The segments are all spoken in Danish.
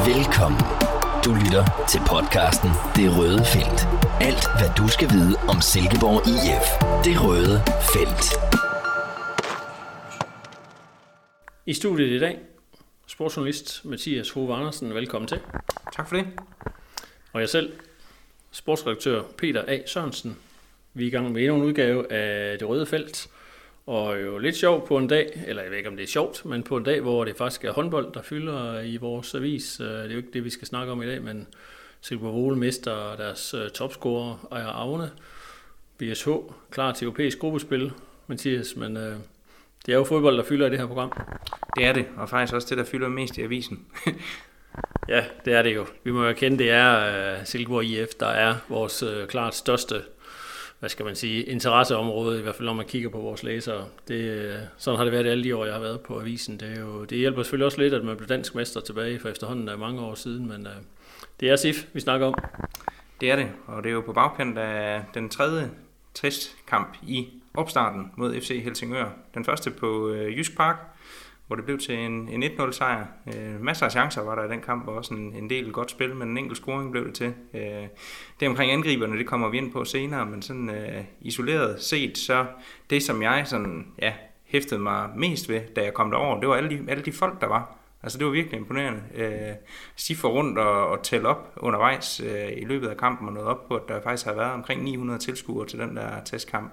Velkommen. Du lytter til podcasten Det Røde Felt. Alt hvad du skal vide om Silkeborg IF. Det Røde Felt. I studiet i dag, sportsjournalist Mathias Hove Andersen. Velkommen til. Tak for det. Og jeg selv, sportsredaktør Peter A. Sørensen. Vi er i gang med endnu en udgave af Det Røde Felt. Og jo lidt sjovt på en dag, eller jeg ved ikke om det er sjovt, men på en dag, hvor det faktisk er håndbold, der fylder i vores avis. Det er jo ikke det, vi skal snakke om i dag, men Silkeborg Vole mister deres topscorer Ejr Aune. BSH klar til europæisk gruppespil, Mathias, men det er jo fodbold, der fylder i det her program. Det er det, og faktisk også det, der fylder mest i avisen. Ja, det er det jo. Vi må jo erkende, det er Silkeborg IF, der er vores klart største, interesseområde, i hvert fald når man kigger på vores læsere. Sådan har det været alle de år, jeg har været på avisen. Det hjælper selvfølgelig også lidt, at man blev dansk mester tilbage for efterhånden af mange år siden, men det er SIF, vi snakker om. Det er det, og det er jo på bagkant af den tredje testkamp i opstarten mod FC Helsingør. Den første på Jysk Park, hvor det blev til en 1-0 sejr. Masser af chancer var der i den kamp, og også en del godt spil, men en enkelt scoring blev det til. Det omkring angriberne, det kommer vi ind på senere, men sådan isoleret set, så det som jeg sådan, hæftede mig mest ved, da jeg kom derover, det var alle de folk, der var. Altså det var virkelig imponerende. Siffer rundt og tælle op undervejs i løbet af kampen og nåede op på, at der faktisk har været omkring 900 tilskuere til den der testkamp.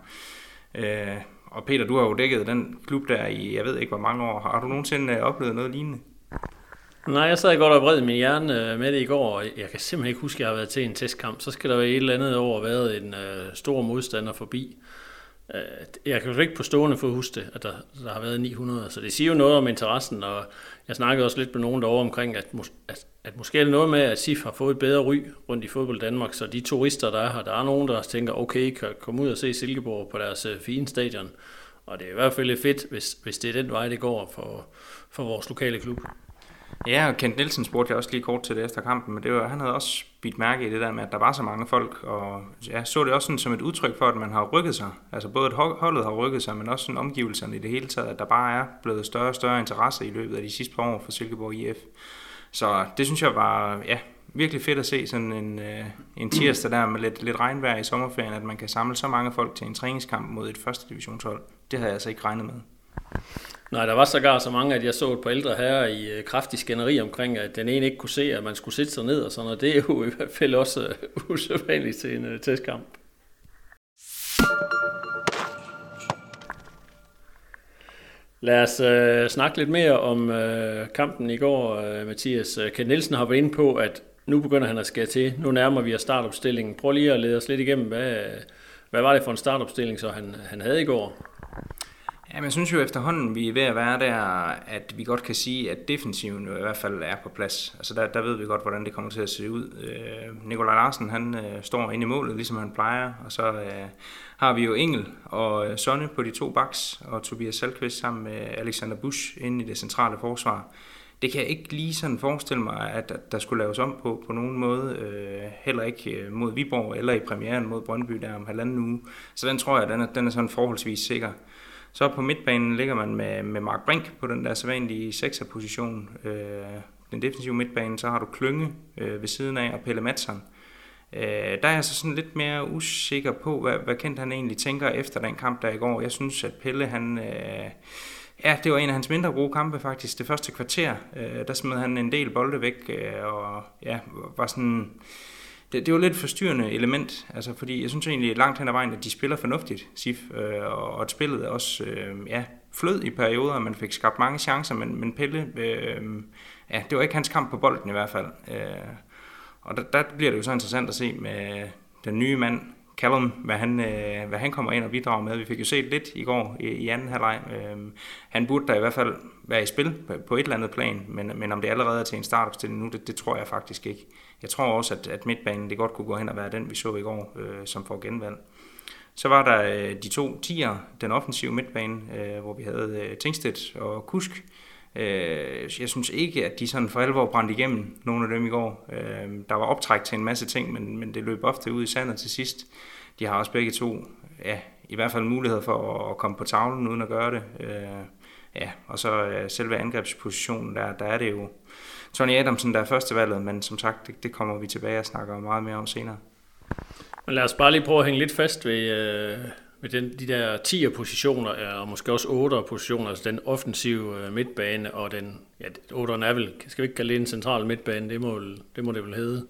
Og Peter, du har jo dækket den klub der i, jeg ved ikke hvor mange år. Har du nogensinde oplevet noget lignende? Nej, jeg sad godt og vred min hjerne med det i går, og jeg kan simpelthen ikke huske, at jeg har været til en testkamp. Så skal der være et eller andet år været en stor modstander forbi. Jeg kan jo ikke på stående få huske det, at der har været 900, så det siger jo noget om interessen, og jeg snakkede også lidt med nogen derovre omkring, at måske er det noget med, at SIF har fået et bedre ry rundt i fodbold Danmark, så de turister, der er her, der er nogen, der tænker, okay, kan komme ud og se Silkeborg på deres fine stadion, og det er i hvert fald lidt fedt, hvis det er den vej, det går for vores lokale klub. Ja, og Kent Nielsen spurgte jeg også lige kort til det efter kampen, men han havde også bidt mærke i det der med, at der var så mange folk, og jeg så det også sådan som et udtryk for, at man har rykket sig. Altså både at holdet har rykket sig, men også sådan omgivelserne i det hele taget, at der bare er blevet større og større interesse i løbet af de sidste par år for Silkeborg IF. Så det synes jeg var virkelig fedt at se sådan en tirsdag der med lidt regnvejr i sommerferien, at man kan samle så mange folk til en træningskamp mod et første divisionshold. Det havde jeg altså ikke regnet med. Nej, der var sågar så mange, at jeg så et par ældre herrer i kraftig skænderi omkring, at den ene ikke kunne se, at man skulle sætte sig ned og sådan noget. Det er jo i hvert fald også usædvanligt til en testkamp. Lad os snakke lidt mere om kampen i går, Mathias. Kent Nielsen har været inde på, at nu begynder han at skære til. Nu nærmer vi os startopstillingen. Prøv lige at lede os lidt igennem, hvad var det for en startopstilling, så han havde i går? Jamen, jeg synes jo efterhånden, vi er ved at være der, at vi godt kan sige, at defensiven jo i hvert fald er på plads. Altså der ved vi godt, hvordan det kommer til at se ud. Nikolaj Larsen, han står inde i målet, ligesom han plejer. Og så har vi jo Engel og Sonne på de to backs, og Tobias Salkvist sammen med Alexander Busch inde i det centrale forsvar. Det kan jeg ikke lige sådan forestille mig, at der skulle laves om på nogen måde. Heller ikke mod Viborg eller i premieren mod Brøndby der om halvanden uge. Så den tror jeg, den er sådan forholdsvis sikker. Så på midtbanen ligger man med Mark Brink på den der sædvanlige 6'er-position. Den defensive midtbane, så har du Klynge ved siden af og Pelle Madsson. Der er jeg så sådan lidt mere usikker på, hvad Kent han egentlig tænker efter den kamp der i går. Jeg synes, at Pelle det var en af hans mindre gode kampe faktisk. Det første kvarter, der smed han en del bolde væk og var sådan... Det var lidt forstyrrende element, altså fordi jeg synes egentlig langt hen ad vejen, at de spiller fornuftigt, SIF, og at spillet også flød i perioder, og man fik skabt mange chancer, men Pelle, det var ikke hans kamp på bolden i hvert fald. Og der bliver det jo så interessant at se med den nye mand, Callum, hvad han kommer ind og bidrager med. Vi fik jo set lidt i går i anden halvleg. Han burde da i hvert fald være i spil på et eller andet plan, men om det allerede er til en startopstilling nu, det tror jeg faktisk ikke. Jeg tror også, at midtbanen det godt kunne gå hen og være den, vi så i går, som får genvalg. Så var der de to tier, den offensive midtbane, hvor vi havde Tingstedt og Kusk. Jeg synes ikke, at de sådan for alvor brændte igennem nogle af dem i går. Der var optræk til en masse ting, men det løb ofte ud i sandet til sidst. De har også begge to i hvert fald mulighed for at komme på tavlen uden at gøre det. Og så selve angrebspositionen, der er det jo Tony Adamsen, der er førstevalget, men som sagt, det kommer vi tilbage og snakker meget mere om senere. Men lad os bare lige prøve at hænge lidt fast ved de der 10'er positioner, og måske også 8'er positioner, altså den offensive midtbane, og den, ja, 8'eren er vel, skal vi ikke kalde det en central midtbane, det må det vel hedde.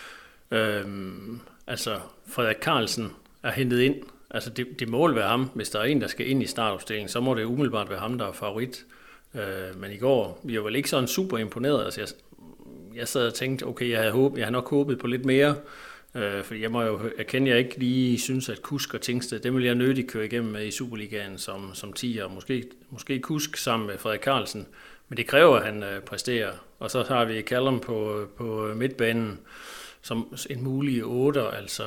Altså, Frederik Carlsen er hentet ind, altså det må være ham, hvis der er en, der skal ind i startopstillingen, så må det umiddelbart være ham, der er favorit. Men i går, vi var vel ikke sådan super imponeret, altså jeg sad og tænkte, okay, jeg havde nok håbet på lidt mere, fordi jeg må jo erkende, at jeg ikke lige synes, at Kusk og Tingsted, dem vil jeg nødigt køre igennem med i Superligaen som 10'er, måske Kusk sammen med Frederik Carlsen, men det kræver, at han præsterer. Og så har vi Callum på midtbanen som en mulig 8'er, altså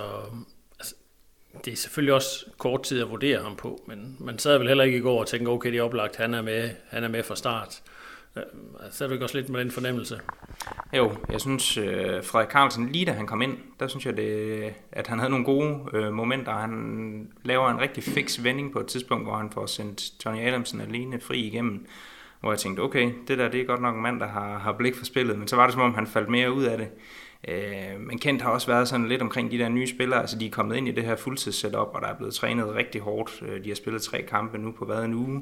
det er selvfølgelig også kort tid at vurdere ham på, men man sad vel heller ikke i går og tænkte, okay, det er oplagt, han er med fra start. Så er du ikke også lidt med den fornemmelse? Jo, jeg synes, Frederik Carlsen, lige da han kom ind, der synes jeg, at han havde nogle gode momenter. Han laver en rigtig fix vending på et tidspunkt, hvor han får sendt Tony Adamsen alene fri igennem, hvor jeg tænkte, okay, det er godt nok en mand, der har blik for spillet, men så var det som om, han faldt mere ud af det. Men Kent har også været sådan lidt omkring de der nye spillere, altså de er kommet ind i det her fuldtidssetup, og der er blevet trænet rigtig hårdt. De har spillet 3 kampe nu på hvad en uge.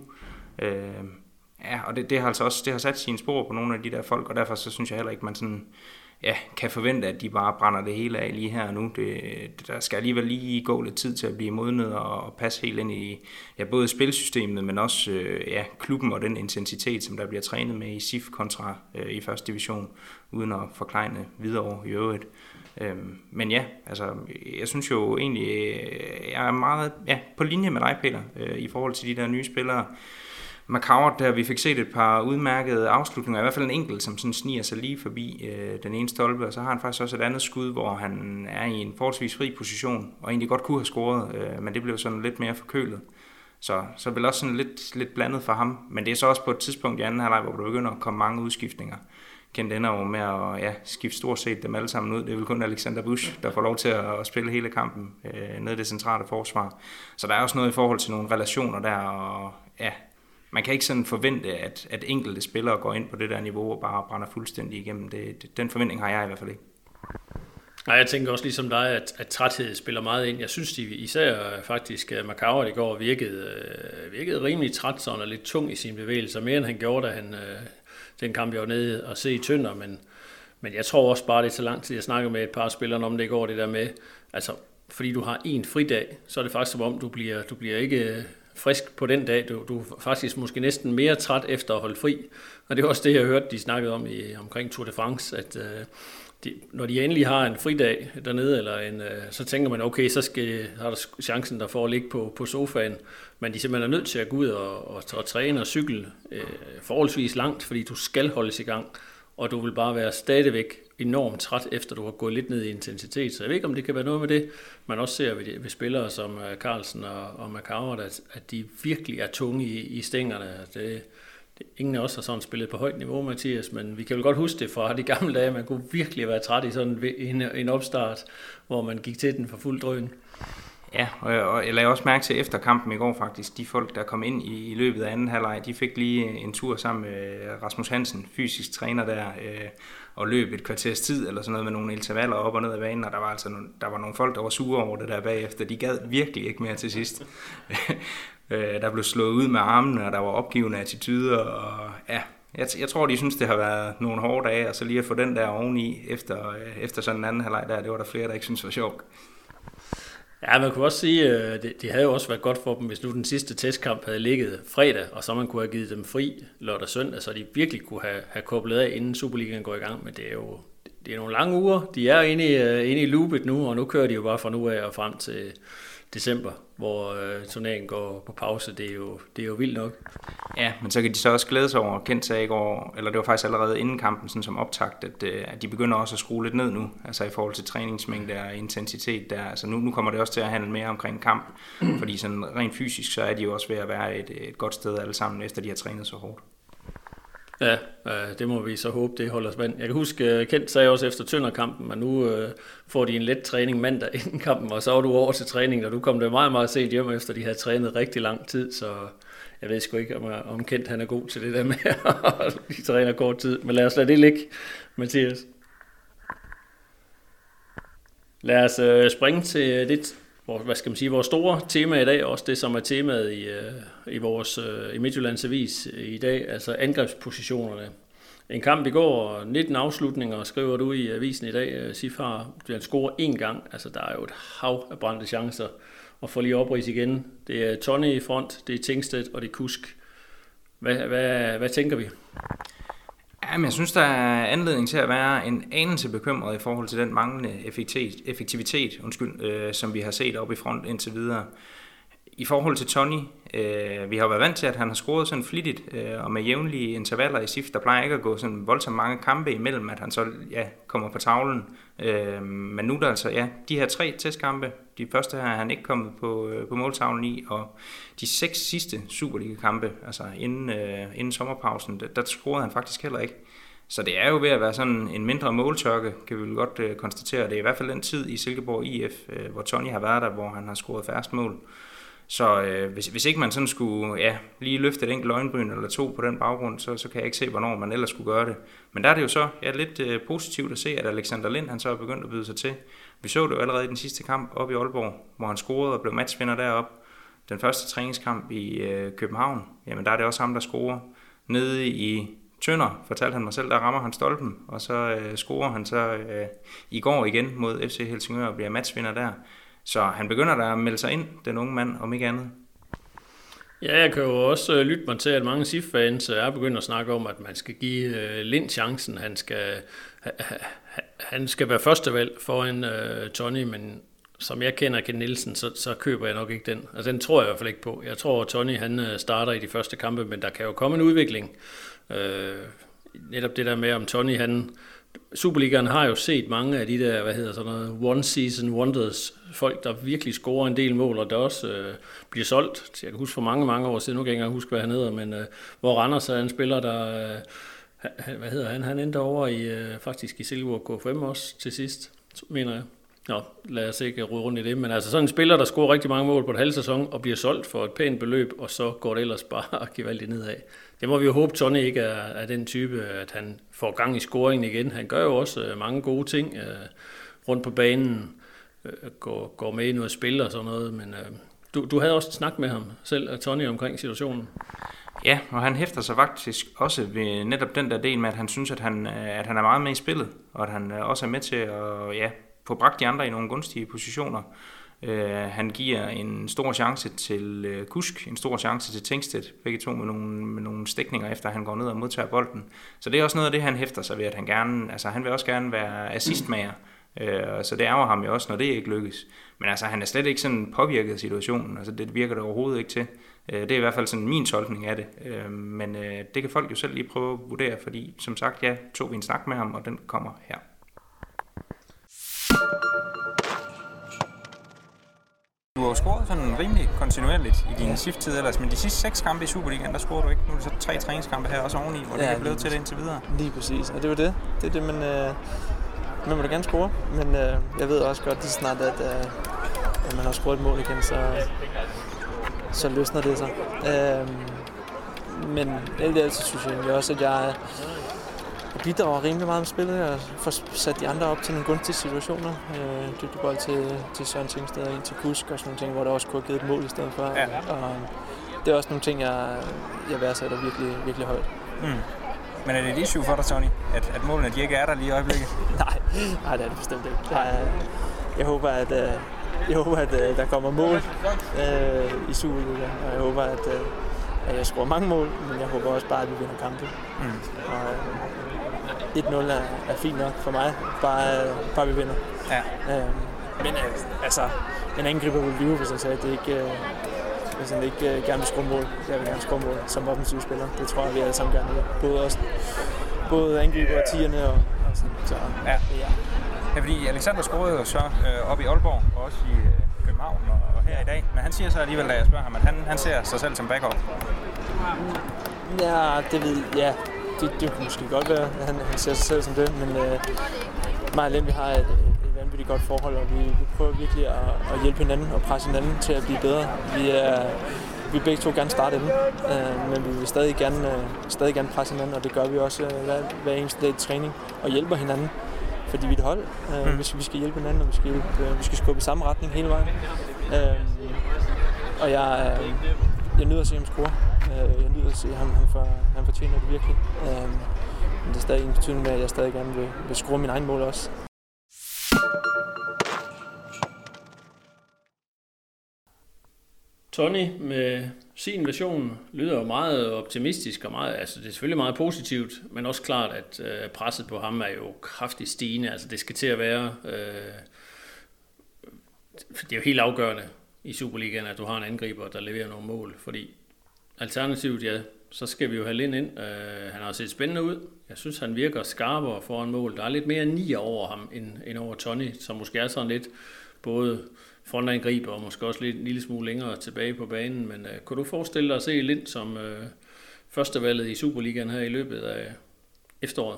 Ja, og det har altså også det har sat sine spor på nogle af de der folk, og derfor så synes jeg heller ikke, man sådan, kan forvente, at de bare brænder det hele af lige her og nu. Der skal alligevel lige gå lidt tid til at blive modnet og passe helt ind i både spilsystemet, men også klubben og den intensitet, som der bliver trænet med i SIF kontra i første division, uden at forklejne videre i øvrigt. Men ja, altså jeg synes jo egentlig, jeg er meget på linje med dig, Peter, i forhold til de der nye spillere. McCoward, der vi fik set et par udmærkede afslutninger, i hvert fald en enkelt, som sådan sniger sig lige forbi den ene stolpe, og så har han faktisk også et andet skud, hvor han er i en forholdsvis fri position, og egentlig godt kunne have scoret, men det blev sådan lidt mere forkølet. Så vel også sådan lidt blandet for ham, men det er så også på et tidspunkt i anden halvleg, hvor der begynder at komme mange udskiftninger. Kent ender jo med at skifte stort set dem alle sammen ud. Det er vel kun Alexander Busch, der får lov til at spille hele kampen nede i det centrale forsvar. Så der er også noget i forhold til nogle relationer der, og man kan ikke sådan forvente, at enkelte spillere går ind på det der niveau og bare brænder fuldstændig igennem. Den forventning har jeg i hvert fald ikke. Nej, jeg tænker også ligesom dig, at træthed spiller meget ind. Jeg synes, de især faktisk McCoward i går virkede rimelig træt sådan, og lidt tung i sine bevægelser, mere end han gjorde, da han den kamp jeg var nede og se i Tønder. Men jeg tror også bare, det er så lang tid. Jeg snakkede med et par spillere om det i går, det der med, altså fordi du har en fridag, så er det faktisk som om, du bliver ikke frisk på den dag. Du er faktisk måske næsten mere træt efter at holde fri. Og det er også det, jeg hørte, de snakkede om omkring Tour de France, at når de endelig har en fridag dernede, så tænker man, okay, så har der chancen der for at ligge på sofaen. Men de simpelthen er nødt til at gå ud og træne og cykle forholdsvis langt, fordi du skal holdes i gang. Og du vil bare være stadigvæk enormt træt, efter du har gået lidt ned i intensitet. Så jeg ved ikke, om det kan være noget med det. Man også ser ved spillere som Carlsen og McCoward, at de virkelig er tunge i stængerne. Ingen af os har sådan spillet på højt niveau, Mathias, men vi kan vel godt huske det fra de gamle dage. Man kunne virkelig være træt i sådan en opstart, hvor man gik til den for fuld drøn. Ja, og jeg lagde også mærke til efter kampen i går faktisk, de folk, der kom ind i løbet af anden halvleg, de fik lige en tur sammen med Rasmus Hansen, fysisk træner der, og løb et kvarters tid eller sådan noget med nogle intervaller op og ned ad banen, og der var nogle folk, der var sure over det der bagefter. De gad virkelig ikke mere til sidst. Der blev slået ud med armene, og der var opgivende attityder, og jeg tror, de synes, det har været nogle hårde dage, og så lige at få den der oveni efter sådan en anden halvleg der, det var der flere, der ikke synes var sjovt. Ja, man kunne også sige, at det havde jo også været godt for dem, hvis nu den sidste testkamp havde ligget fredag, og så man kunne have givet dem fri lørdag og søndag, så de virkelig kunne have koblet af, inden Superligaen går i gang. Men det er nogle lange uger. De er inde i loopet nu, og nu kører de jo bare fra nu af og frem til december, hvor turneringen går på pause. Det er jo vildt nok. Ja, men så kan de så også glæde sig over, Kent sagde i går, eller det var faktisk allerede inden kampen, sådan som optakt, at de begynder også at skrue lidt ned nu, altså i forhold til træningsmængde og intensitet der. Altså nu kommer det også til at handle mere omkring kamp, fordi sådan rent fysisk, så er de jo også ved at være et godt sted alle sammen, efter de har trænet så hårdt. Ja, det må vi så håbe, det holder os vand. Jeg kan huske, Kent sagde også efter Tønder-kampen, at nu får de en let træning mandag inden kampen, og så var du over til træning, og du kom der meget, meget sent hjem, efter de havde trænet rigtig lang tid, så Jeg ved sgu ikke, om Kent han er god til det der med at blive træner kort tid. Men lad os lade det ligge, Mathias. Lad os springe til det, vores store tema i dag, også det som er temaet i Midtjyllands Avis i dag, altså angrebspositionerne. En kamp i går, 19 afslutninger, skriver du i avisen i dag. SIF har scoret 1 gang, altså der er jo et hav af brændte chancer. Og får lige oprids igen. Det er Tonny i front, det er Tingstedt og det er Kusk. Hvad tænker vi? Jamen, jeg synes, der er anledning til at være en anelse bekymret i forhold til den manglende effektivitet, som vi har set oppe i front indtil videre. I forhold til Tonny, vi har været vant til, at han har scoret sådan flittigt og med jævnlige intervaller i SIF. Der plejer ikke at gå sådan voldsomt mange kampe imellem, at han så kommer på tavlen. Men nu er der altså de her 3 testkampe. De første her er han ikke kommet på måltavlen i, og de 6 sidste Superliga-kampe, altså inden sommerpausen, der scorede han faktisk heller ikke. Så det er jo ved at være sådan en mindre måltørke, kan vi vel godt konstatere. Det er i hvert fald den tid i Silkeborg IF, hvor Tonny har været der, hvor han har scoret færrest mål. Så hvis ikke man sådan skulle lige løfte et enkelt øjenbryn eller 2 på den baggrund, så kan jeg ikke se, hvornår man ellers skulle gøre det. Men der er det jo så lidt positivt at se, at Alexander Lind han så er begyndt at byde sig til. Vi så det jo allerede i den sidste kamp op i Aalborg, hvor han scorede og blev matchvinder derop. Den første træningskamp i København, jamen der er det også ham, der scorer. Nede i Tønder, fortalte han mig selv, der rammer han stolpen, og så scorer han så i går igen mod FC Helsingør og bliver matchvinder der. Så han begynder der at melde sig ind, den unge mand, om ikke andet. Ja, jeg kan jo også lytte mig til, at mange SIF-fans er begyndt at snakke om, at man skal give Lind chancen. Han skal være førstevalg foran Tonny, men som jeg kender Ken Nielsen, så køber jeg nok ikke den. Altså den tror jeg i hvert fald ikke på. Jeg tror, at Tonny han starter i de første kampe, men der kan jo komme en udvikling. Netop det der med, om Tonny han... Superligaen har jo set mange af de der, one season wonders, folk der virkelig scorer en del mål, og der også bliver solgt. Jeg kan huske for mange år siden, nu kan jeg ikke huske, hvad han hedder, men hvor Randers er en spiller, der, han endte over faktisk i Silkeborg KFM også til sidst, mener jeg. Nå, lad os ikke rode rundt i det, men altså sådan en spiller, der scorer rigtig mange mål på et halv sæson, og bliver solgt for et pænt beløb, og så går det ellers bare gevaldigt nedad. Det må vi jo håbe, Tonny ikke er den type, at han får gang i scoringen igen. Han gør jo også mange gode ting rundt på banen, går med i noget spil og sådan noget, men du havde også snakket med ham selv, Tonny, omkring situationen. Ja, og han hæfter sig faktisk også ved netop den der del med, at han synes, at han er meget med i spillet, og at han også er med til at få bragt de andre i nogle gunstige positioner. Han giver en stor chance til Kusk, en stor chance til Tingstedt, begge to med nogle stikninger, efter han går ned og modtager bolden. Så det er også noget af det, han hæfter sig ved, at han vil også gerne være assistmager. Så det ærger ham jo også, når det ikke lykkes. Men altså, han er slet ikke sådan påvirket af situationen. Altså, det virker det overhovedet ikke til. Det er i hvert fald sådan min tolkning af det. Men det kan folk jo selv lige prøve at vurdere, fordi som sagt, tog vi en snak med ham, og den kommer her. Du har jo scoret sådan rimelig kontinuerligt i din SIF-tid ellers, men de sidste 6 kampe i Superligaen, der scorede du ikke. Nu er det så 3 træningskampe her også oveni, hvor det er blevet til det indtil videre. Lige præcis, og det var det. Det er det, man må da gerne score. Men jeg ved også godt, lige snart, at man har scoret et mål igen, så løsner det sig. Men alt i alt, så synes jeg egentlig også, at jeg bidrager rimelig meget med spillet og får sat de andre op til nogle gunstige situationer. Dybdebold til Søren Tingstedt og en til Kusk og sådan nogle ting, hvor der også kunne have givet et mål i stedet for. Ja. Og det er også nogle ting, jeg værdsætter virkelig, virkelig højt. Mm. Men er det et issue for dig, Tonny, at målene de ikke er der lige i øjeblikket? Nej, det er det bestemt ikke. Jeg håber, at der kommer mål i Superligaen, og jeg håber, at jeg scorer mange mål, men jeg håber også bare, at vi vinder kampe. Mm. Og 1-0 er fint nok for mig, bare vi vinder. Ja. Men en angriber vil lyve, hvis han sagde, at det ikke... Hvis han ikke gerne vil score mål, jeg vil gerne score mål som offensiv spiller. Det tror jeg, vi alle sammen gerne vil. Både angriber og tierne og sådan. Så, ja, fordi Alexander scorede jo så op i Aalborg, og også i København og her i dag. Men han siger så alligevel, da jeg spørger ham, at han ser sig selv som backup. Ja, det kunne måske godt være, at han ser sig selv som det. Men mig og Lem, vi har et vanvittigt godt forhold, og vi prøver virkelig at hjælpe hinanden og presse hinanden til at blive bedre. Vi vi begge to gerne starte inden, men vi vil stadig gerne presse hinanden, og det gør vi også hver eneste dag i træning, og hjælper hinanden, fordi vi er et hold. Hvis vi skal hjælpe hinanden, og vi skal skubbe i samme retning hele vejen. Og jeg nyder at se ham score. Jeg nyder at se ham, han fortjener det virkelig. Men det er stadig en betydning med, at jeg stadig gerne vil score min egen mål også. Tony med sin version lyder jo meget optimistisk og meget, altså det er selvfølgelig meget positivt, men også klart, at presset på ham er jo kraftigt stigende. Altså det skal til at være, det er jo helt afgørende i Superligaen, at du har en angriber, der leverer nogle mål, fordi alternativt, ja, så skal vi jo have Lind ind. Han har set spændende ud. Jeg synes, han virker skarpere foran mål. Der er lidt mere 9 over ham end over Tony, som måske er sådan lidt både frontangriber og måske også lidt en lille smule længere tilbage på banen. Men kunne du forestille dig at se Lind som førstevalget i Superligaen her i løbet af efteråret?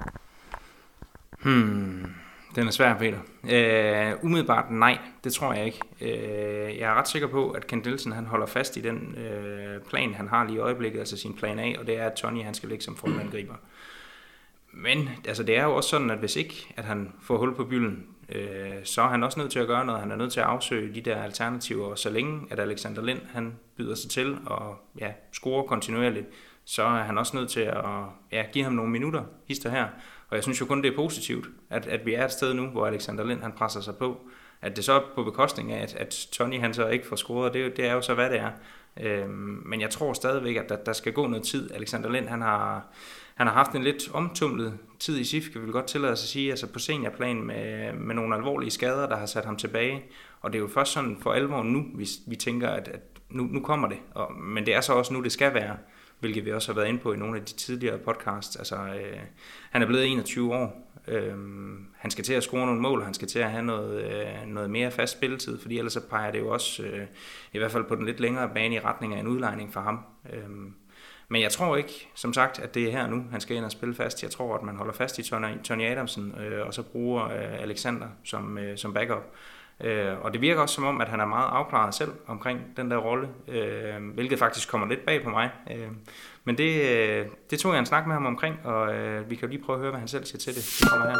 Den er svær, Peter. Umiddelbart nej, det tror jeg ikke. Jeg er ret sikker på, at Kent Nielsen han holder fast i den plan, han har lige i øjeblikket, altså sin plan A, og det er, at Tony han skal ligge som frontangriber. Men altså, det er jo også sådan, at hvis ikke at han får hul på bylden, så er han også nødt til at gøre noget. Han er nødt til at afsøge de der alternativer, og så længe at Alexander Lind han byder sig til og scorer kontinuerligt, så er han også nødt til at give ham nogle minutter hister her. Og jeg synes jo kun, det er positivt, at vi er et sted nu, hvor Alexander Lind han presser sig på. At det så er på bekostning af, at Tony han så ikke får scoret, det er jo så, hvad det er. Men jeg tror stadigvæk, at der skal gå noget tid. Alexander Lind han har haft en lidt omtumlet tid i SIF, kan vi godt tillade os at sige, altså på seniorplan med nogle alvorlige skader, der har sat ham tilbage. Og det er jo først sådan for alvor nu, vi tænker, at nu kommer det. Men det er så også nu, det skal være, hvilket vi også har været inde på i nogle af de tidligere podcasts. Altså, han er blevet 21 år. Han skal til at score nogle mål, han skal til at have noget mere fast spilletid, fordi ellers så peger det jo også, i hvert fald på den lidt længere bane, i retning af en udlejning for ham. Men jeg tror ikke, som sagt, at det er her nu, han skal ind og spille fast. Jeg tror, at man holder fast i Tony Adamsen, og så bruger Alexander som backup. Og det virker også som om, at han er meget afklaret selv omkring den der rolle, hvilket faktisk kommer lidt bag på mig. Men det tog jeg en snak med ham omkring, og vi kan jo lige prøve at høre, hvad han selv siger til det. Det kommer her.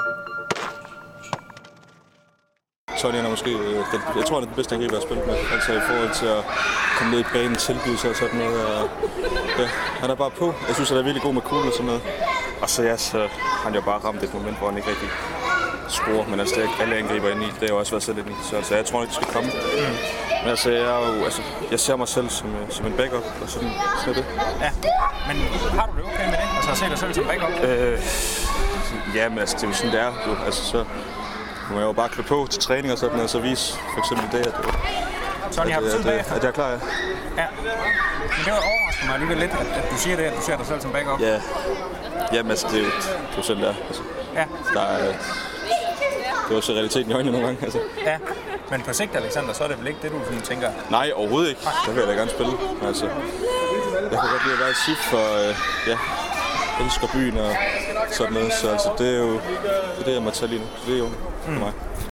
Tony er måske, jeg tror, det er den bedste angriber, jeg har spillet med. Altså i forhold til at komme ned i banen, tilbyde sig og sådan noget. Og, ja, han er bare på. Jeg synes, han er virkelig god med kugle og sådan noget. Og så har han jo bare ramt et moment, hvor han ikke rigtig scorer. Men altså, det er alle angriber ind i. Det har jo også været selv ind i. Så jeg tror ikke, det skal komme. Men altså, jeg ser mig selv som en backup, og sådan er det. Ja, men har du det okay med det? Altså at se dig selv som backup? Ja, men altså, det er jo sådan, det er. Altså, så nu er jeg jo bare klædt på til træning og sådan, og så vise for eksempel det, at jeg er klar, ja. Ja. Men det overrasker mig alligevel lidt, at du siger det, at du ser dig selv som backup. Ja. Jamen altså, det er jo sådan, det er. Altså, ja. Det er også realiteten i øjnene nogle gange, altså. Ja, men på sigt, Alexander, så er det vel ikke det, du sådan tænker? Nej, overhovedet ikke. Der vil jeg da gerne spille. Altså, jeg kan godt lide at være i SIF, og jeg elsker byen og sådan noget, så altså, det er jo det, jeg må tage lige nu. Så det er jo for mig.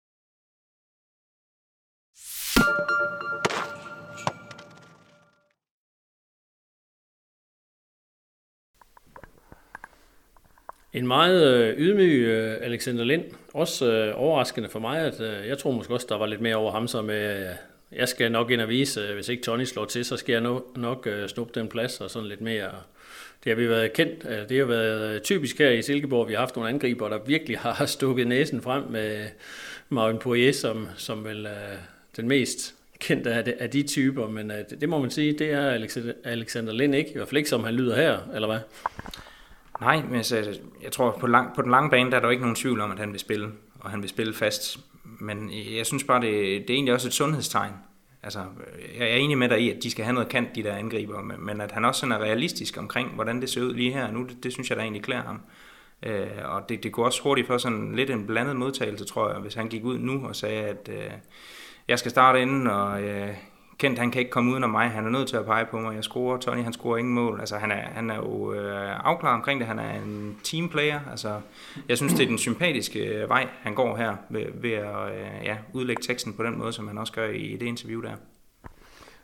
En meget ydmyg Alexander Lind. Også overraskende for mig, at jeg tror måske også, der var lidt mere over ham, som jeg skal nok ind og vise, hvis ikke Tony slår til, så skal jeg nok snuppe den plads og sådan lidt mere. Det har vi været kendt. Det har været typisk her i Silkeborg. Vi har haft nogle angriber, der virkelig har stukket næsen frem med Marvin Poirier, som vel den mest kendte af de typer. Men det må man sige, det er Alexander Lind ikke. I hvert fald ikke, som han lyder her, eller hvad? Nej, men altså, jeg tror, på den lange bane, der er der ikke nogen tvivl om, at han vil spille, og han vil spille fast. Men jeg synes bare, det er egentlig også et sundhedstegn. Altså, jeg er enig med dig i, at de skal have noget kant, de der angriber, men at han også sådan er realistisk omkring, hvordan det ser ud lige her nu, det synes jeg, der egentlig klæder ham. Og det kunne også hurtigt få sådan lidt en blandet modtagelse, tror jeg, hvis han gik ud nu og sagde, at jeg skal starte inden, og Kent, han kan ikke komme uden om mig, han er nødt til at pege på mig, jeg scorer, Tony, han scorer ingen mål, altså han er jo afklaret omkring det, han er en teamplayer, altså jeg synes, det er den sympatiske vej, han går her, ved at udlægge teksten på den måde, som han også gør i det interview der.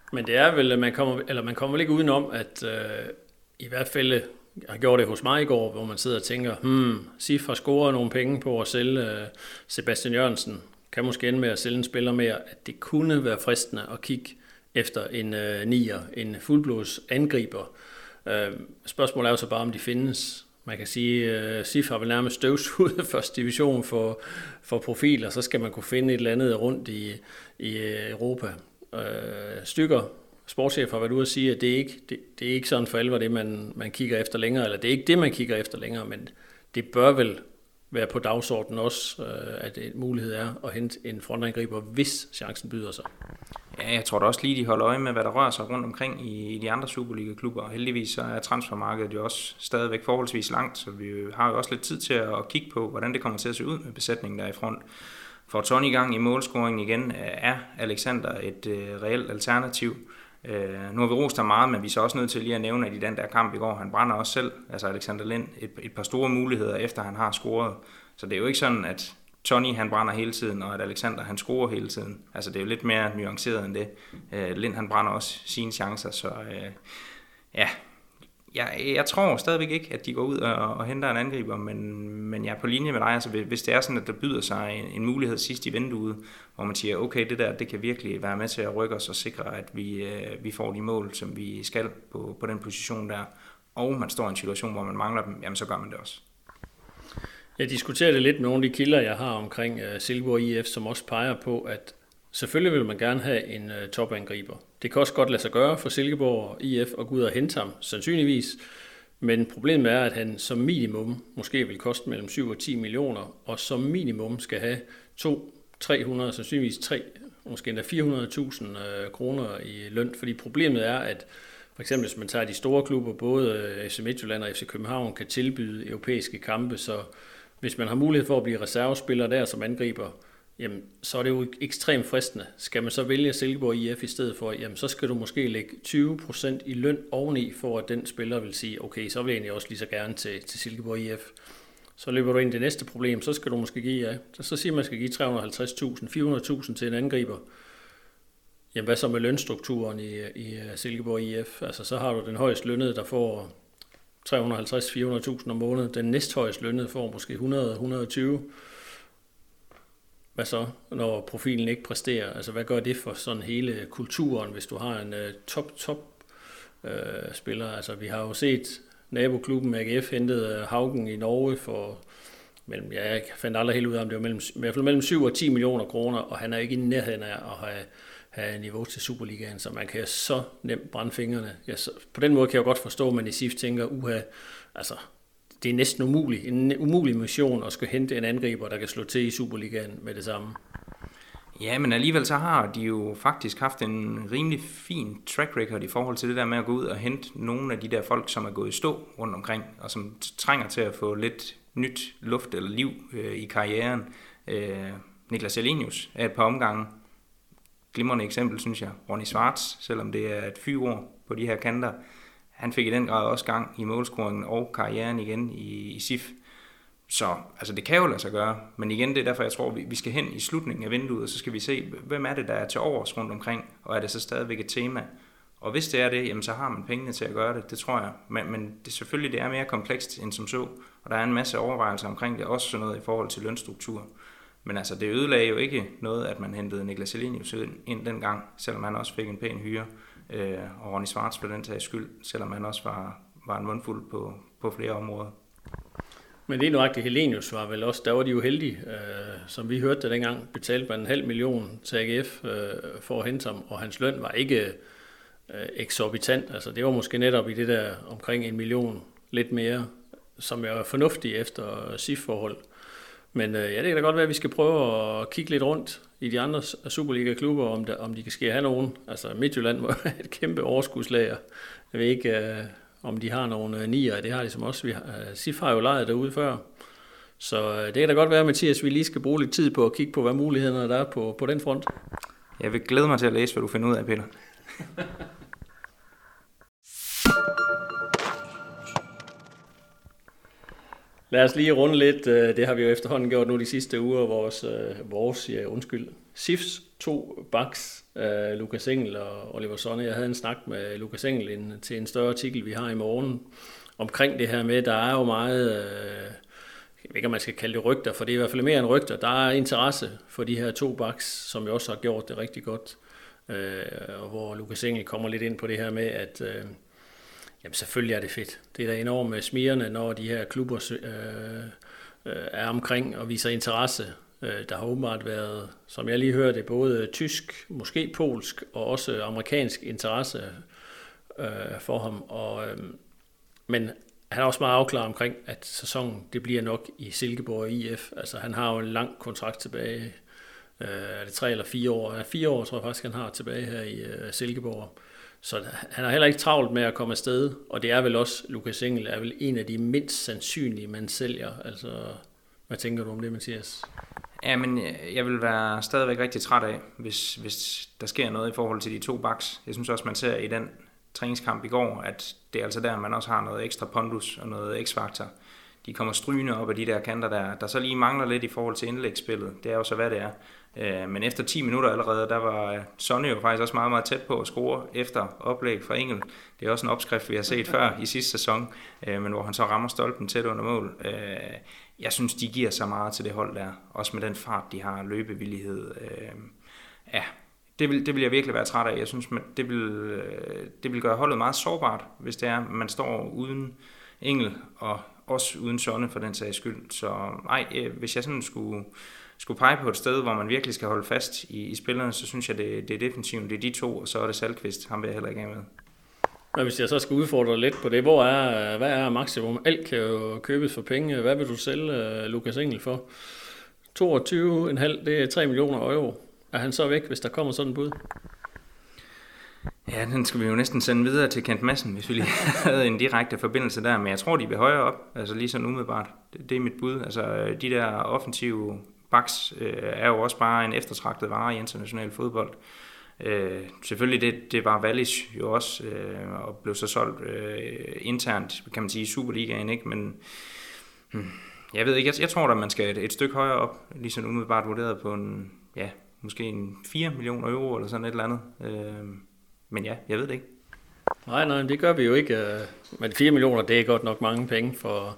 Men det er vel, man kommer vel ikke udenom, at i hvert fald, jeg gjorde det hos mig i går, hvor man sidder og tænker, SIF har scoret nogle penge på at sælge Sebastian Jørgensen, kan måske ende med at sælge en spiller mere, at det kunne være fristende at kigge efter en nier, en fuldblods angriber. Spørgsmålet er jo så bare, om de findes. Man kan sige, at SIF har vel nærmest støvsuget første division for profil, og så skal man kunne finde et eller andet rundt i Europa. Stykker, sportschef har været ude at sige, at det er ikke sådan for alvor det, man kigger efter længere, eller det er ikke det, man kigger efter længere, men det bør vel være på dagsordenen også, at en mulighed er at hente en frontangriber, hvis chancen byder sig. Ja, jeg tror da også lige, de holder øje med, hvad der rører sig rundt omkring i de andre Superliga-klubber, og heldigvis så er transfermarkedet jo også stadigvæk forholdsvis langt, så vi har jo også lidt tid til at kigge på, hvordan det kommer til at se ud med besætningen der i front. For Tony i gang i målscoringen igen, er Alexander et reelt alternativ. Nu har vi rost ham meget, men vi er så også nødt til lige at nævne, at i den der kamp i går, han brænder også selv, altså Alexander Lind, et par store muligheder, efter han har scoret. Så det er jo ikke sådan, at Tony han brænder hele tiden, og at Alexander han scorer hele tiden. Altså det er jo lidt mere nuanceret end det. Lind han brænder også sine chancer, så jeg tror stadigvæk ikke, at de går ud og henter en angriber, men jeg er på linje med dig. Altså, hvis det er sådan, at der byder sig en mulighed sidst i vinduet, hvor man siger, okay, det der, det kan virkelig være med til at rykke os og sikre, at vi får de mål, som vi skal på den position der, og man står i en situation, hvor man mangler dem, jamen så gør man det også. Jeg diskuterer det lidt med nogle af de kilder, jeg har omkring Silkeborg IF, som også peger på, at selvfølgelig vil man gerne have en topangriber. Det kan også godt lade sig gøre for Silkeborg IF at gå ud og hente ham, sandsynligvis. Men problemet er, at han som minimum måske vil koste mellem 7 og 10 millioner, og som minimum skal have 300, sandsynligvis 3, måske endda 400.000 kroner i løn. Fordi problemet er, at for eksempel hvis man tager de store klubber, både FC Midtjylland og FC København, kan tilbyde europæiske kampe, så hvis man har mulighed for at blive reservespiller der som angriber, jamen, så er det jo ekstremt fristende. Skal man så vælge Silkeborg IF i stedet for, jamen, så skal du måske lægge 20% i løn oveni, for at den spiller vil sige, okay, så vil jeg egentlig også lige så gerne til Silkeborg IF. Så løber du ind i det næste problem, så skal du måske give, så siger man skal give 350.000, 400.000 til en angriber. Jamen, hvad så med lønstrukturen i Silkeborg IF? Altså, så har du den højst lønnede, der får 350-400.000 om måneden. Den næsthøjst lønnede får måske 100-120. Hvad så, når profilen ikke præsterer? Altså, hvad gør det for sådan hele kulturen, hvis du har en top spiller? Altså, vi har jo set naboklubben AGF hentede Haugen i Norge for jeg fandt aldrig helt ud af, om det var i hvert fald mellem 7 og 10 millioner kroner, og han er ikke i nærheden af at have niveau til Superligaen, så man kan så nemt brænde fingrene. På den måde kan jeg jo godt forstå, at man i SIF tænker, altså, det er næsten en umulig mission at skulle hente en angriber, der kan slå til i Superligaen med det samme. Ja, men alligevel så har de jo faktisk haft en rimelig fin track record i forhold til det der med at gå ud og hente nogle af de der folk, som er gået i stå rundt omkring, og som trænger til at få lidt nyt luft eller liv i karrieren. Niklas Elenius er et par omgange. Glimrende eksempel, synes jeg. Ronny Schwartz, selvom det er et fyord på de her kanter, han fik i den grad også gang i målscoringen og karrieren igen i SIF. Så altså, det kan jo lade sig gøre, men igen, det er derfor, jeg tror, vi skal hen i slutningen af vinduet, og så skal vi se, hvem er det, der er til overs rundt omkring, og er det så stadigvæk et tema. Og hvis det er det, jamen, så har man pengene til at gøre det, det tror jeg. Men det er mere komplekst end som så, og der er en masse overvejelser omkring det, også sådan noget i forhold til lønstruktur. Men altså, det ødelagde jo ikke noget, at man hentede Niklas Elenius ind dengang, selvom han også fik en pæn hyre, og Ronny Schwartz for den tages skyld, selvom han også var en mundfuld på flere områder. Men det er nøjagtigt, Helenius var vel også, der var de jo heldige, som vi hørte det dengang, betalte man 500.000 til AGF for at hente ham, og hans løn var ikke eksorbitant, altså det var måske netop i det der omkring 1 million, lidt mere, som er fornuftigt efter SIF-forhold. Men det kan da godt være, at vi skal prøve at kigge lidt rundt i de andre Superliga-klubber, om de kan ske have nogen. Altså Midtjylland må have et kæmpe overskudslager. Jeg ved ikke, om de har nogle nier, det har de som også. SIF har jo lejet derude før. Så det kan da godt være, Mathias, vi lige skal bruge lidt tid på at kigge på, hvad mulighederne der er på den front. Jeg vil glæde mig til at læse, hvad du finder ud af, Peter. Lad os lige runde lidt. Det har vi jo efterhånden gjort nu de sidste uger. SIFs 2 backs, Lukas Engel og Oliver Sonne. Jeg havde en snak med Lukas Engel til en større artikel, vi har i morgen, omkring det her med, der er jo meget, jeg ved ikke, om man skal kalde det rygter, for det er i hvert fald mere end rygter. Der er interesse for de her 2 backs, som jo også har gjort det rigtig godt. Og hvor Lukas Engel kommer lidt ind på det her med, at jamen selvfølgelig er det fedt. Det er da enormt smirrende, når de her klubber er omkring og viser interesse. Der har åbenbart været, som jeg lige hørte, både tysk, måske polsk og også amerikansk interesse for ham. Men han er også meget afklaret omkring, at sæsonen det bliver nok i Silkeborg IF. Altså han har jo en lang kontrakt tilbage. Er det 3 eller 4 år? 4 år tror jeg faktisk, han har tilbage her i Silkeborg. Så han har heller ikke travlt med at komme afsted, og det er vel også, Lukas Engel er vel en af de mindst sandsynlige, man sælger. Altså, hvad tænker du om det, Mathias? Ja, men jeg vil være stadigvæk rigtig træt af, hvis der sker noget i forhold til de 2 backs. Jeg synes også, man ser i den træningskamp i går, at det er altså der, man også har noget ekstra pondus og noget x-faktor. De kommer strygende op af de der kanter der så lige mangler lidt i forhold til indlægsspillet. Det er jo så, hvad det er. Men efter 10 minutter allerede, der var Sonne jo faktisk også meget, meget tæt på at score efter oplæg fra Engel. Det er også en opskrift, vi har set før i sidste sæson, men hvor han så rammer stolpen tæt under mål. Jeg synes, de giver så meget til det hold der. Også med den fart, de har, løbevillighed. Det vil jeg virkelig være træt af. Jeg synes, det vil gøre holdet meget sårbart, hvis det er, man står uden Engel og også uden Sonne for den sags skyld. Så hvis jeg sådan skulle pege på et sted, hvor man virkelig skal holde fast i spillerne, så synes jeg, det er defensiven, det er de 2, og så er det Salkvist, ham vil jeg heller ikke have med. Og hvis jeg så skal udfordre lidt på det, hvad er maksimum? Alt kan jo købes for penge. Hvad vil du sælge Lukas Engel for? 22,5, det er 3 millioner euro. Er han så væk, hvis der kommer sådan et bud? Ja, den skal vi jo næsten sende videre til Kent Madsen, hvis vi lige havde en direkte forbindelse der, men jeg tror, de vil højere op, altså lige sådan umiddelbart. Det er mit bud. Altså de der offensive backs er jo også bare en eftertragtet vare i international fodbold. Selvfølgelig det var Wallis jo også, og blev så solgt internt, kan man sige, i Superligaen, ikke? Men jeg ved ikke, jeg tror da, man skal et stykke højere op, lige sådan umiddelbart vurderet på måske en 4 millioner euro eller sådan et eller andet. Men ja, jeg ved det ikke. Nej, det gør vi jo ikke. Men 4 millioner, det er godt nok mange penge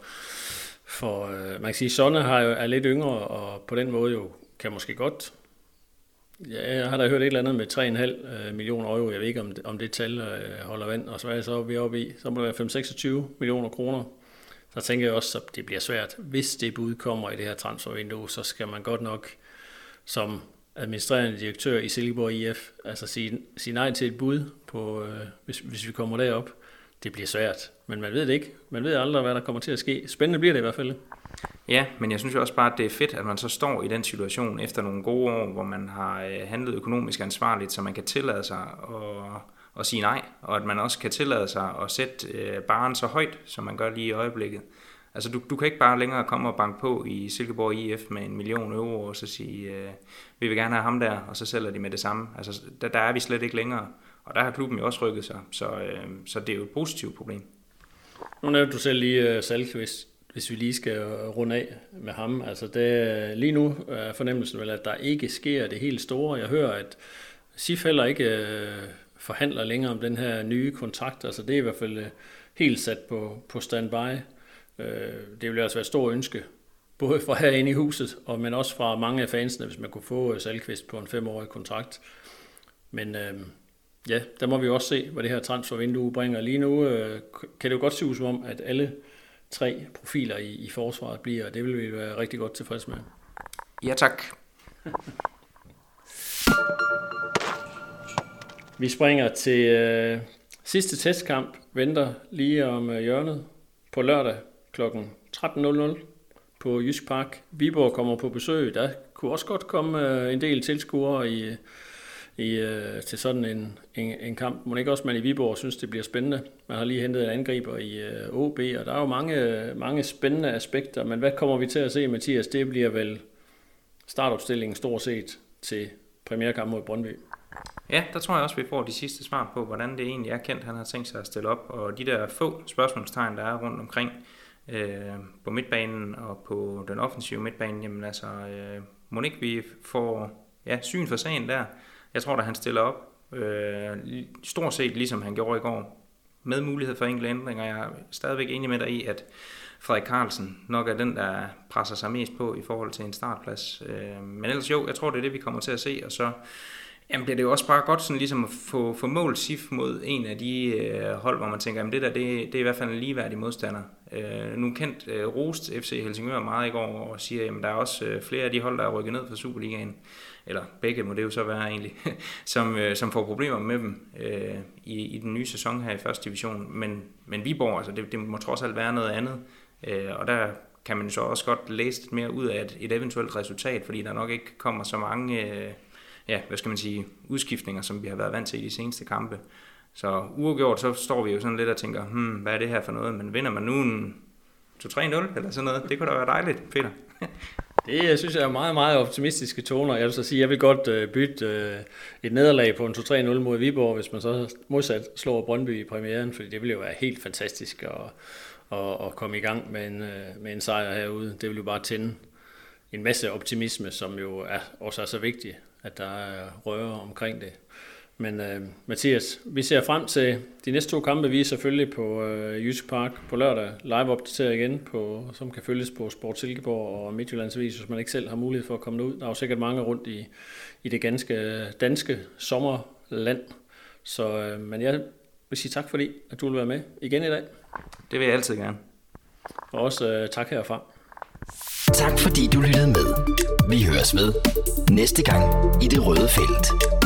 for man kan sige, Sonne er lidt yngre, og på den måde jo kan måske godt. Ja, jeg har da hørt et eller andet med 3,5 millioner euro. Jeg ved ikke, om det tal holder vand. Og så er vi oppe i, så må det være 5-26 millioner kroner. Så tænker jeg også, at det bliver svært. Hvis det bud kommer i det her transfervindue, så skal man godt nok som administrerende direktør i Silkeborg IF, altså sige nej til et bud på, hvis vi kommer derop. Det bliver svært, men man ved det ikke. Man ved aldrig, hvad der kommer til at ske. Spændende bliver det i hvert fald. Ja, men jeg synes jo også bare, at det er fedt, at man så står i den situation efter nogle gode år, hvor man har handlet økonomisk ansvarligt, så man kan tillade sig at sige nej, og at man også kan tillade sig at sætte barren så højt, som man gør lige i øjeblikket. Altså du kan ikke bare længere komme og banke på i Silkeborg IF med 1 million euro og så sige, vi vil gerne have ham der, og så sælger de med det samme. Altså der er vi slet ikke længere, og der har klubben jo også rykket sig, så det er jo et positivt problem. Nu nævnte du selv lige Salkvist, hvis vi lige skal runde af med ham. Altså lige nu er fornemmelsen vel, at der ikke sker det helt store. Jeg hører, at SIF heller ikke forhandler længere om den her nye kontrakt. Altså det er i hvert fald helt sat på standby. Det ville altså være et stort ønske, både fra herinde i huset, men også fra mange af fansene, hvis man kunne få Salkvist på en 5-årig kontrakt. Men der må vi også se, hvad det her transfervindue bringer. Lige nu kan det jo godt se ud som om, at alle 3 profiler i forsvaret bliver, og det vil vi være rigtig godt tilfreds med. Ja, tak. Vi springer til sidste testkamp, venter lige om hjørnet på lørdag kl. 13.00 på Jysk Park. Viborg kommer på besøg. Der kunne også godt komme en del tilskuere til sådan en kamp. Må ikke også man i Viborg synes, det bliver spændende. Man har lige hentet en angriber i OB, og der er jo mange spændende aspekter. Men hvad kommer vi til at se, Mathias? Det bliver vel startopstillingen stort set til premierkamp mod Brøndby. Ja, der tror jeg også, vi får de sidste svar på, hvordan det egentlig er Kent, han har tænkt sig at stille op. Og de der få spørgsmålstegn, der er rundt omkring, på midtbanen og på den offensive midtbane, jamen altså, må ikke vi får syn for sagen der. Jeg tror, at han stiller op stort set ligesom han gjorde i går, med mulighed for enkelte ændringer. Jeg er stadigvæk enig med dig i, at Frederik Carlsen nok er den, der presser sig mest på i forhold til en startplads. Men ellers jo, jeg tror, det er det, vi kommer til at se, og så bliver det jo også bare godt sådan ligesom at få målt SIF mod en af de hold, hvor man tænker, at det der, det er i hvert fald en ligeværdig modstander. Nu kendt rost FC Helsingør meget i går og siger, at der er også flere af de hold, der er rykket ned fra Superligaen, eller begge må det jo så være egentlig, som får problemer med dem i den nye sæson her i første division. Men Viborg, altså det må trods alt være noget andet, og der kan man så også godt læse lidt mere ud af et eventuelt resultat, fordi der nok ikke kommer så mange udskiftninger, som vi har været vant til i de seneste kampe. Så uafgjort, så står vi jo sådan lidt og tænker, hvad er det her for noget? Men vinder man nu en 2-3-0 eller sådan noget? Det kunne da være dejligt, Peter. Det synes jeg er meget, meget optimistiske toner. Jeg vil så sige, at jeg vil godt bytte et nederlag på en 2-3-0 mod Viborg, hvis man så modsat slår Brøndby i premieren, fordi det ville jo være helt fantastisk at komme i gang med en sejr herude. Det vil jo bare tænde en masse optimisme, som jo også er så vigtigt, at der er røre omkring det. Men Mathias, vi ser frem til de næste 2 kampe. Vi er selvfølgelig på Jysk Park på lørdag, live opdateret igen, som kan følges på Sport Silkeborg og Midtjyllands Avis, hvis man ikke selv har mulighed for at komme ud. Der er jo sikkert mange rundt i det ganske danske sommerland. Så, men jeg vil sige tak, fordi at du vil være med igen i dag. Det vil jeg altid gerne. Og også tak herfra. Tak fordi du lyttede med. Vi høres ved næste gang i Det Røde Felt.